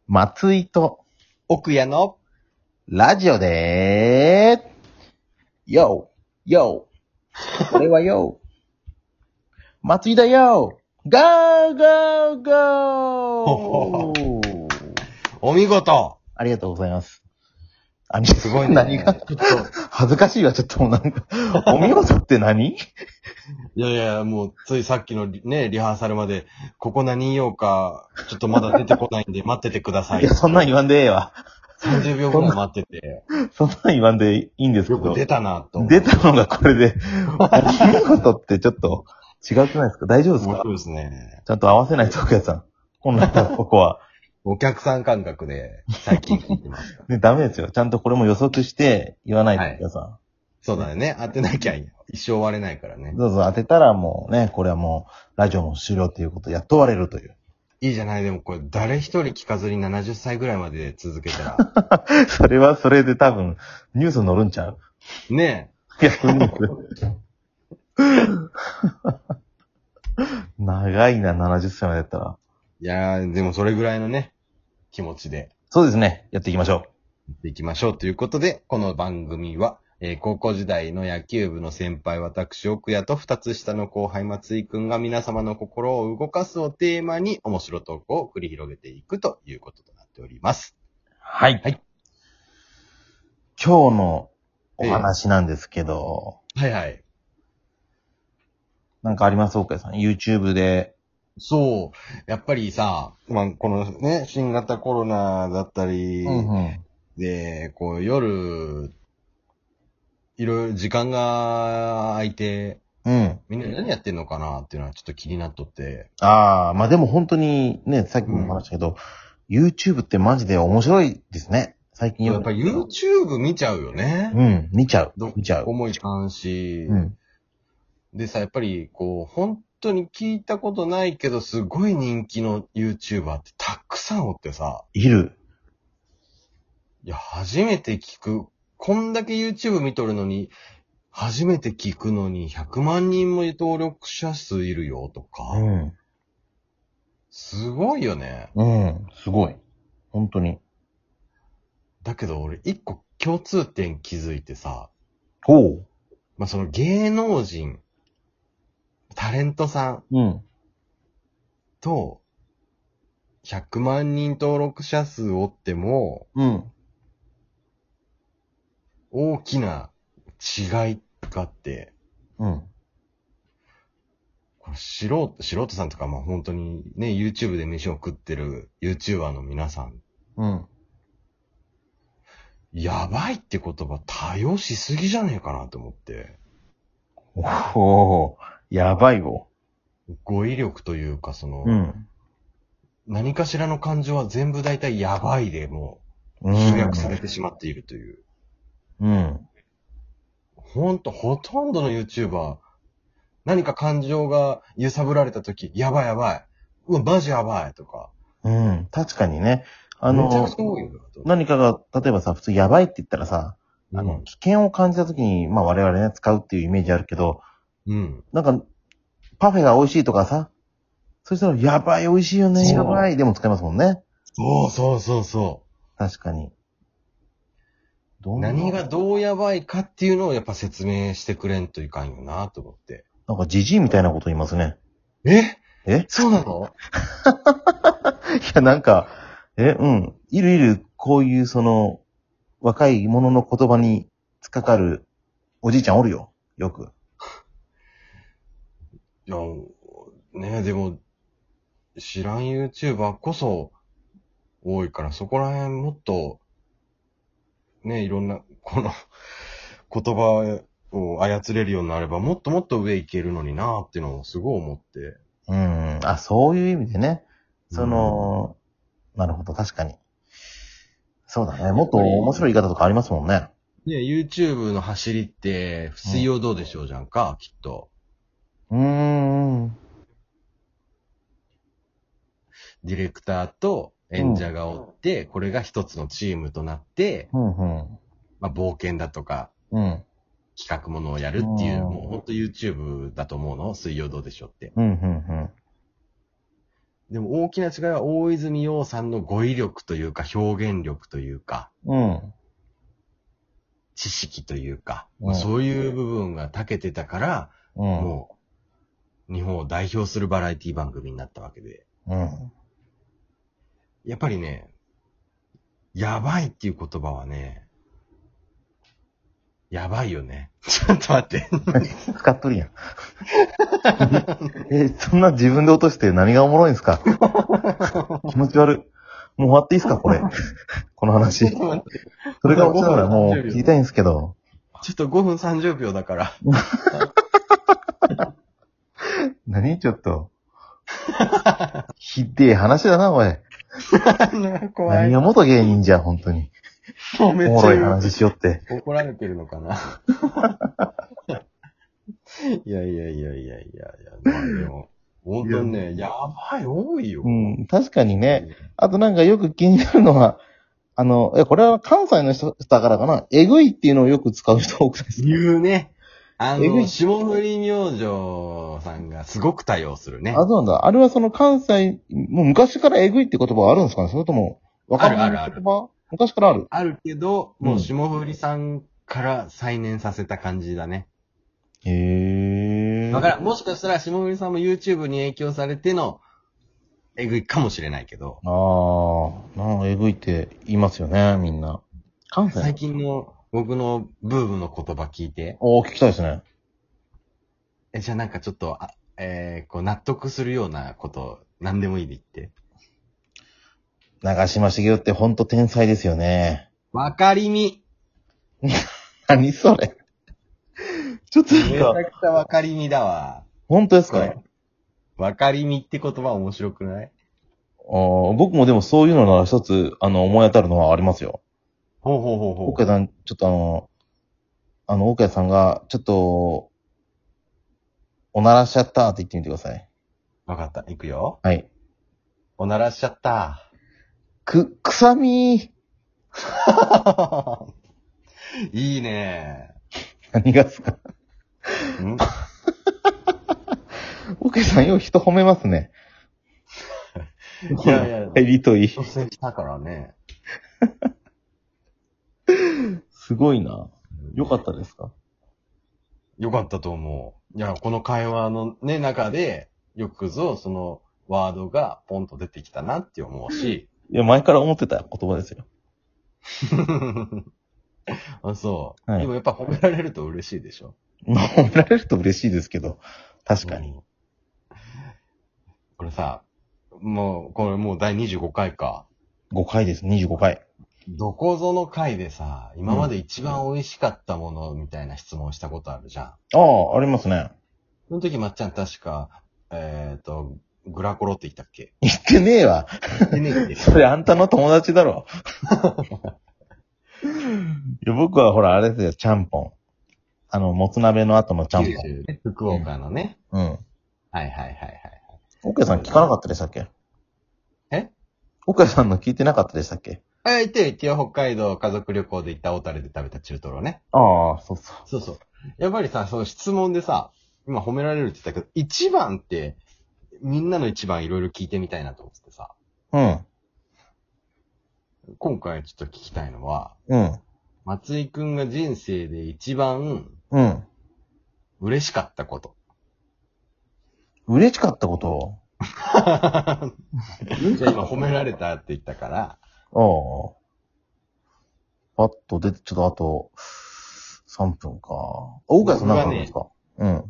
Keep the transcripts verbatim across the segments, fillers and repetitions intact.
松井と奥谷のラジオでー、よー、よー、俺はよー、松井だよー、ゴーゴーゴーお見事。 ありがとうございます。あ、 すごいね。 何が、 ちょっと、 恥ずかしいわ、ちょっともうなんか、お見事って何いやいや、もう、ついさっきのね、リハーサルまで、ここ何言おうか、ちょっとまだ出てこないんで待っててください。 いや、そんなん言わんでええわ。 さんじゅうびょうぐらい待ってて、 そんなん言わんでいいんですけど。 よく出たなと思う。 出たのがこれで、お見事ってちょっと違うくないですか？大丈夫ですか？ 面白いですね。 ちゃんと合わせないと、奥谷さん。本来はここは。 お客さん感覚で最近聞いてます。 ね、ダメですよ。ちゃんとこれも予測して言わないと、奥谷さん。 そうだね。当てなきゃ一生終われないからね。 どうぞ当てたらもうね、これはもう、ラジオも終了ということで、やっと終われるという。 いいじゃない。でもこれ誰一人聞かずにななじゅっさいぐらいまで続けたら。 それはそれで多分、ニュース載るんちゃう？ ねいや、ニュース。長いな、ななじゅっさいまでやったら。 え。いやー、でもそれぐらいのね、気持ちで。 そうですね。やっていきましょう。 やっていきましょうということで、この番組は、えー高校時代の野球部の先輩私奥谷と二つ下の後輩松井くんが皆様の心を動かすをテーマに面白トークを繰り広げていくということとなっております。 はい。 はい。 今日のお話なんですけど、 はいはい。 なんかあります？岡谷さん。YouTube で。 そう。やっぱりさ、まあ、このね、新型コロナだったり、 うんうん。 で、こう夜、いろいろ時間が空いて、 うん。 みんな何やってんのかなっていうのはちょっと気になっとって。 ああ、まあでも本当にね、さっきも話したけど、YouTube ってマジで面白いですね。最近よく。 やっぱ YouTube 見ちゃうよね。 うん、見ちゃう。 ど見ちゃう。 こもいかんし、 うん。 でさ、やっぱりこう、本当に聞いたことないけど、すごい人気の YouTuber ってたくさんおってさ、 いる。 いや、初めて聞く。こんだけ YouTube 見とるのに、初めて聞くのにひゃくまんにんも登録者数いるよとか、 うん。 すごいよね。 うん。すごい。本当に。 だけど俺一個共通点気づいてさ、 おう。 まあ、その芸能人、タレントさんうん。 とひゃくまんにん登録者数おっても、 うん。 大きな違いがあって、 うん。 これ素人、素人さんとか、まあ本当にね、YouTube で飯を食ってる YouTuber の皆さん、 うん。 やばいって言葉多用しすぎじゃねえかなと思って、 おお、やばいよ。 語彙力というか、その、 うん。 何かしらの感情は全部大体やばいでもうう集約さん。 れてしまっているという。 うん。 ほんと、ほとんどの YouTuber、何か感情が揺さぶられたとき、やばいやばい。うわ、マジやばいとか。 うん。確かにね。あのめちゃくち、ゃ多いよなと。 何かが、例えばさ、普通やばいって言ったらさ、あの、 うん危険を感じたときに、まあ我々ね、使うっていうイメージあるけど、 うん。 なんか、パフェが美味しいとかさ、そしたら、やばい、美味しいよね、 そうやばい、でも使いますもんね。 そうそうそうそ確かに。どう。 んな何がどうやばいかっていうのをやっぱ説明してくれんといかんよなと思って。 なんか、じじいみたいなこと言いますね。 ええそうなのいや、なんか、え、うん。いるいる、こういうその、若い者の言葉に突っかかるおじいちゃんおるよ。よく。 いや、ねえ、でも、知らん YouTuber こそ多いから、そこら辺もっと、ね、いろんな、この言葉を操れるようになれば、もっともっと上行けるのになーっていうのをすごい思って。 うん。あ、そういう意味でね。その、なるほど、確かに。そうだね。もっと面白い言い方とかありますもんね。 ね、YouTube の走りって、水曜どうでしょうじゃんか、きっと。 うーん。 ディレクターと演者がおって、これが一つのチームとなって、 うん、うん。 まあ、冒険だとか、 うん。 企画ものをやるっていう、 うんもうほんと YouTube だと思うの水曜どうでしょうって。 うん、うん、 でも大きな違いは大泉洋さんの語彙力というか表現力というか、 うん。 知識というか、 うんまあ、そういう部分が長けてたから、 うん。 もう日本を代表するバラエティ番組になったわけで。 うん。 やっぱりね、やばいっていう言葉はね、やばいよね。ちょっと待って。 使っとるやん。え、そんな自分で落として何がおもろいんすか？気持ち悪い。もう終わっていいっすかこれ。この話。それが落ちならもう聞きたいんですけど。 ちょっとごふんさんじゅうびょうだから。 何ちょっと。ひでえ話だな、おい。 怖い。 何が元芸人じゃ、本当に。 もうめおもろいっちゃ話しよって。 怒られてるのかな。いやいやいやいやいやいや、まあでも、本当にね、やばい、多いよ。 うん、確かにね。あとなんかよく気になるのは、あの、え、これは関西の人だからかな。えぐいっていうのをよく使う人多くないですか？ 言うね。あの、 えぐい霜降り明星さんがすごく多用するね。 あ、そうなんだ。あれはその関西、もう昔からえぐいって言葉はあるんですかね？それとも、若者の言葉あるある昔からある。 あるけど、 うんもう霜降りさんから再燃させた感じだね。 へー。 だからん、もしかしたら霜降りさんも YouTube に影響されての、えぐいかもしれないけど、 ああ、なんかえぐいって言いますよね、みんな。関西最近の僕のブームの言葉聞いて、 おー、聞きたいですね。 え、じゃあなんかちょっと、あえー、こう納得するようなこと、何でもいいで言って。 長嶋茂雄ってほんと天才ですよね。 わかりみ。 何それ。ちょっとなんめちゃか、 くちゃわかりみだわ。 本当ですか？ これ。わかりみって言葉面白くない？ あー僕もでもそういうのなら一つ、あの、思い当たるのはありますよ。 ほうほうほうほう。 奥谷さん、ちょっとあの、あの、奥谷さんが、ちょっと、おならしちゃったって言ってみてください。 わかった。いくよ。 はい。 おならしちゃった。 く、くさみいいね何がっすか？ ん奥谷さんよう人褒めますね。 いやいや、 入りといい。 挑戦したからね。 すごいな。よかったですか？ よかったと思う。いや、この会話のね、中で、よくぞ、その、ワードがポンと出てきたなって思うし。 いや、前から思ってた言葉ですよ。 あ、そう。 はいでもやっぱ褒められると嬉しいでしょ。 まあ褒められると嬉しいですけど、確かに。 うん。これさ、もう、これもうだいにじゅうごかいか。 ごかいです、にじゅうごかい。 どこぞの回でさ、今まで一番美味しかったものみたいな質問したことあるじゃん。 ああ、ありますね。 その時まっちゃん確か、えっ、ー、と、グラコロって言ったっけ？ 言ってねえわ。 言ってねえって。 それあんたの友達だろ。いや僕はほら、あれですよ、ちゃんぽん。あの、もつ鍋の後のちゃんぽん。 九州ね、福岡のね。 うん。 はいはいはいはいはい。 奥谷さん聞かなかったでしたっけ？ え奥谷さんの聞いてなかったでしたっけ？ あ、言ってよ言ってよ、北海道家族旅行で行った小樽で食べた中トロね。 ああ、そうそう。 そうそう。やっぱりさ、その質問でさ、今褒められるって言ったけど、一番って、みんなの一番いろいろ聞いてみたいなと思ってさ、 うん。 今回ちょっと聞きたいのは、 うん。 松井くんが人生で一番うん。 嬉しかったこと。 嬉しかったことじゃあ今褒められたって言ったから、 ああ。パッと出て、ちょっとあと、さんぷんか。大川さん何かあるんですか？うん。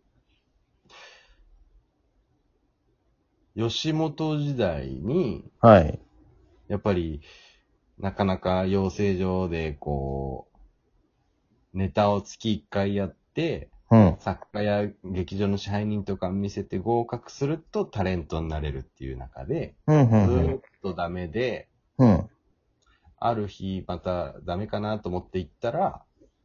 吉本時代に、 はい。 やっぱり、なかなか養成所でこう、ネタを月いっかいやって、 うん。 作家や劇場の支配人とか見せて合格するとタレントになれるっていう中で、 うん、うずん、 ーっとダメで、 うん。うん。 ある日またダメかなと思って行ったら、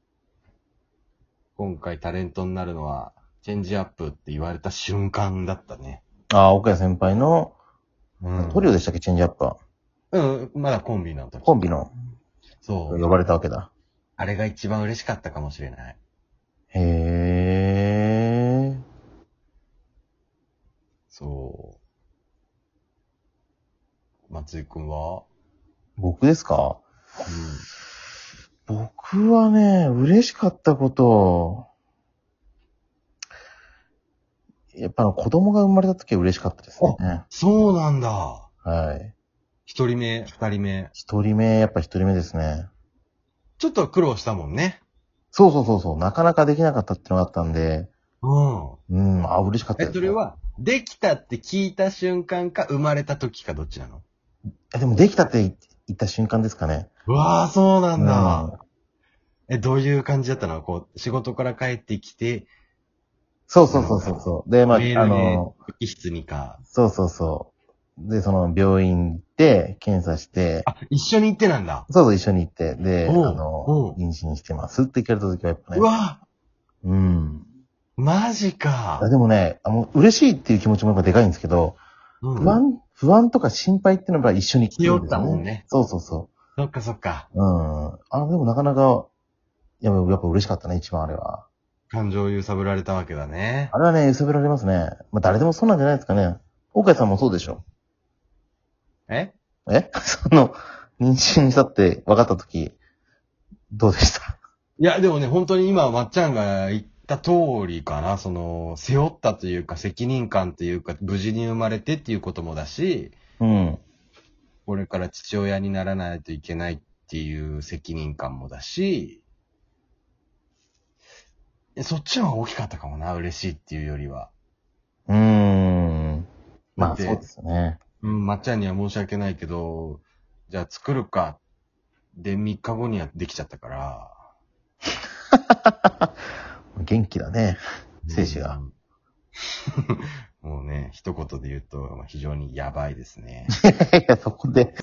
今回タレントになるのはチェンジアップって言われた瞬間だったね。 ああ、奥谷先輩の、 うんトリオでしたっけ、チェンジアップは。 うん、まだコンビの時。 コンビの、 そう。 呼ばれたわけだ。 あれが一番嬉しかったかもしれない。 へえ。 そ松井くんは？ 僕ですか？ うん。 僕はね、嬉しかったこと、やっぱ子供が生まれた時は嬉しかったですね。 そうなんだ。 はい。 一人目、二人目。 一人目、やっぱ一人目ですね。 ちょっと苦労したもんね。 そうそうそうそう、なかなかできなかったっていうのがあったんで、 うん。 うん、あ、嬉しかったえ、 です。 それは、できたって聞いた瞬間か、生まれた時かどっちなの？ え、でもできたって言った瞬間ですかね。 うわぁ、そうなんだ。 うん。 え、どういう感じだったの？こう、仕事から帰ってきて、 そうそうそうそうそう。で、まあ、あメールで、 の、 医室にか。 そうそうそう。で、その病院行って、検査して、 あ、一緒に行ってなんだ。 そうそう、一緒に行って、で、 おうあのおう、 妊娠してますって聞かれた時はやっぱね、 うわうん。 ぁ、マジいやか。 でもね、あの、嬉しいっていう気持ちもやっぱでかいんですけど、 うん。 不安、不安とか心配っていうのが一緒に来るんですよ背負ったもんね。 そうそうそそっかそっか。 う。うん。あ、でもなかなか、いや、やっぱ嬉しかったね、一番あれは。 感情揺さぶられたわけだね。 あれはね、揺さぶられますね。まあ、誰でもそうなんじゃないですかね。岡井さんもそうでしょ？ ええその、妊娠したって分かったとき、どうでした？ いや、でもね、本当に今、まっちゃんが言った通りかな。その、背負ったというか、責任感というか、無事に生まれてっていうこともだし、 うん。 これから父親にならないといけないっていう責任感もだし、えそっちの方が大きかったかもな、嬉しいっていうよりは。 うーん。 だってまあそうですよね。 うん、まっちゃんには申し訳ないけど、じゃあ作るか。で、みっかごにはできちゃったから。 元気だね。精子が。 もうね、一言で言うと、まあ非常にやばいですね。 いや、そこで、